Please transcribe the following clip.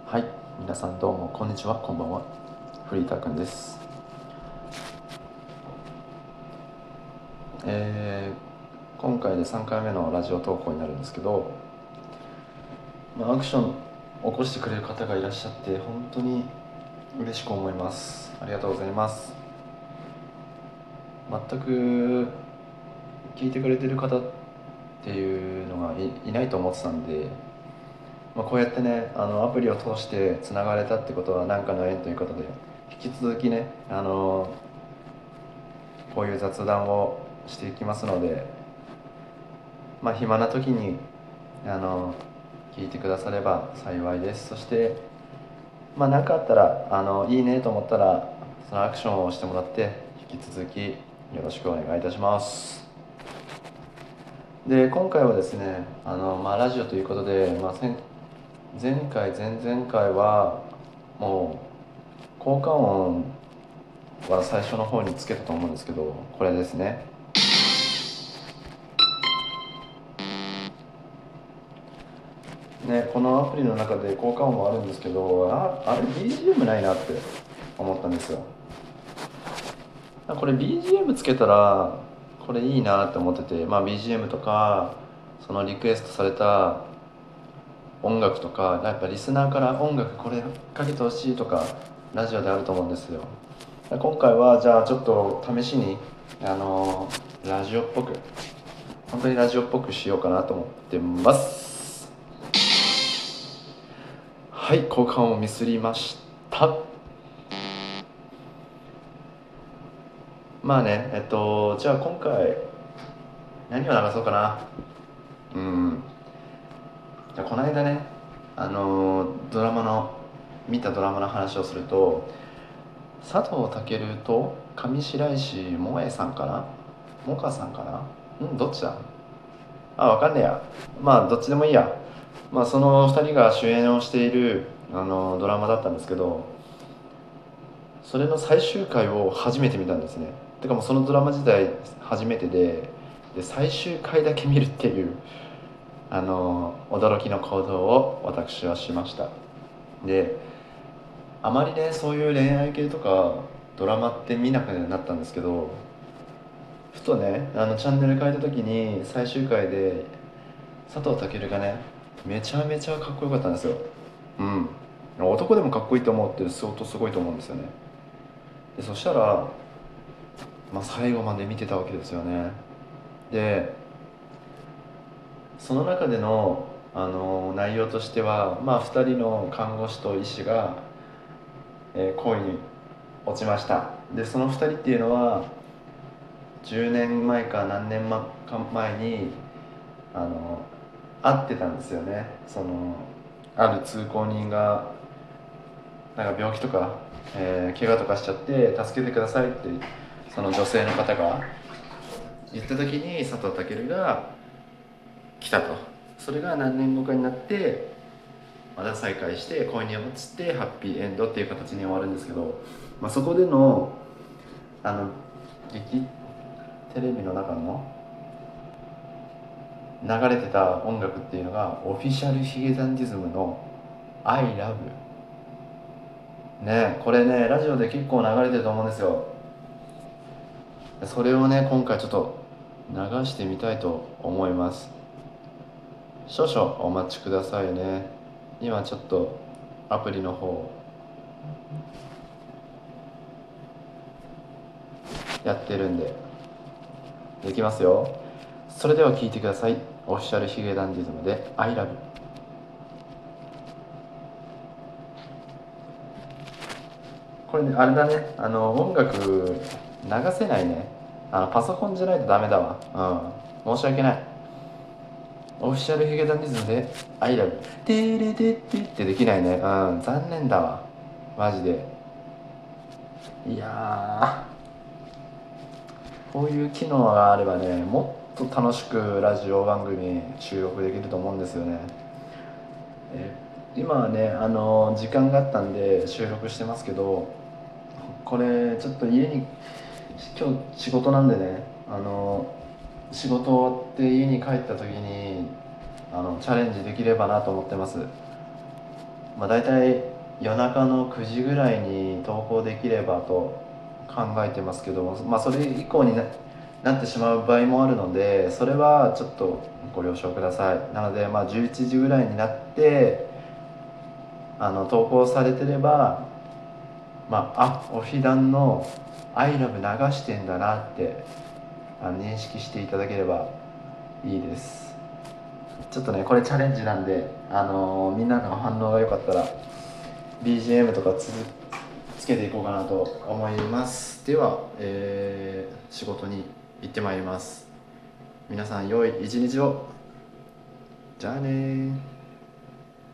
はい、皆さんどうもこんにちは、こんばんは。フリーターくんです。今回で3回目のラジオ投稿になるんですけど、アクション起こしてくれる方がいらっしゃって本当に嬉しく思います。ありがとうございます。全く聞いてくれてる方っていうのがいないと思ってたんで、こうやってねアプリを通してつながれたってことは何かの縁ということで、引き続きねこういう雑談をしていきますので、暇な時に聞いてくだされば幸いです。そして何かあったらいいねと思ったらそのアクションをしてもらって引き続きよろしくお願いいたします。で今回はですねラジオということで、前回前々回はもう効果音は最初の方につけたと思うんですけど、これですね。このアプリの中で効果音もあるんですけど、あれ BGM ないなって思ったんですよ。これ BGM つけたらこれいいなって思ってて、BGM とかそのリクエストされた音楽とか、やっぱリスナーから音楽これかけてほしいとかラジオであると思うんですよ。今回はじゃあちょっと試しにラジオっぽく、本当にラジオっぽくしようかなと思ってます。はい、交換をミスりました。じゃあ今回何を流そうかな。じゃあこの間ね見たドラマの話をすると、佐藤健と上白石萌音さんかな、萌歌さんかな、どっちだ、わかんねえや、どっちでもいいや。その2人が主演をしているドラマだったんですけど、それの最終回を初めて見たんですね。てかもうそのドラマ自体初めてで最終回だけ見るっていう驚きの行動を私はしました。であまりねそういう恋愛系とかドラマって見なくなったんですけど、ふとねチャンネル変えた時に最終回で佐藤健がねめちゃめちゃかっこよかったんですよ。男でもかっこいいと思うって相当すごいと思うんですよね。でそしたら、最後まで見てたわけですよね。でその中での、内容としては、2人の看護師と医師が、恋に落ちました。でその2人っていうのは10年前か何年か前にあの会ってたんですよね。ある通行人がなんか病気とか、怪我とかしちゃって助けてくださいってその女性の方が言った時に佐藤健が来たと。それが何年後かになってまた再会して恋に落ちてハッピーエンドっていう形に終わるんですけど、そこでの劇テレビの中の流れてた音楽っていうのがオフィシャルヒゲダンディズムの「I Love」ね。これねラジオで結構流れてると思うんですよ。それをね今回ちょっと流してみたいと思います。少々お待ちくださいね。今ちょっとアプリの方やってるんでできますよ。それでは聴いてください。オフィシャルヒゲダンディズムで I love。 これねあれだね、音楽流せないね。パソコンじゃないとダメだわ。申し訳ない。オフィシャルヒゲダンディズムで I love テレテテってできないね。残念だわマジで。いやこういう機能があればねもっと楽しくラジオ番組収録できると思うんですよね。今はね時間があったんで収録してますけど、これちょっと今日仕事なんでね仕事終わって家に帰った時にチャレンジできればなと思ってます。 大体夜中の9時ぐらいに投稿できればと考えてますけど、それ以降になってしまう場合もあるので、それはちょっとご了承ください。なので11時ぐらいになって投稿されてれば、オフィダンの「アイラブ流してんだなって認識していただければいいです。ちょっとねこれチャレンジなんで、みんなの反応が良かったら BGM とかつけていこうかなと思います。では、仕事に行ってまいります。皆さん良い一日を。じゃあね。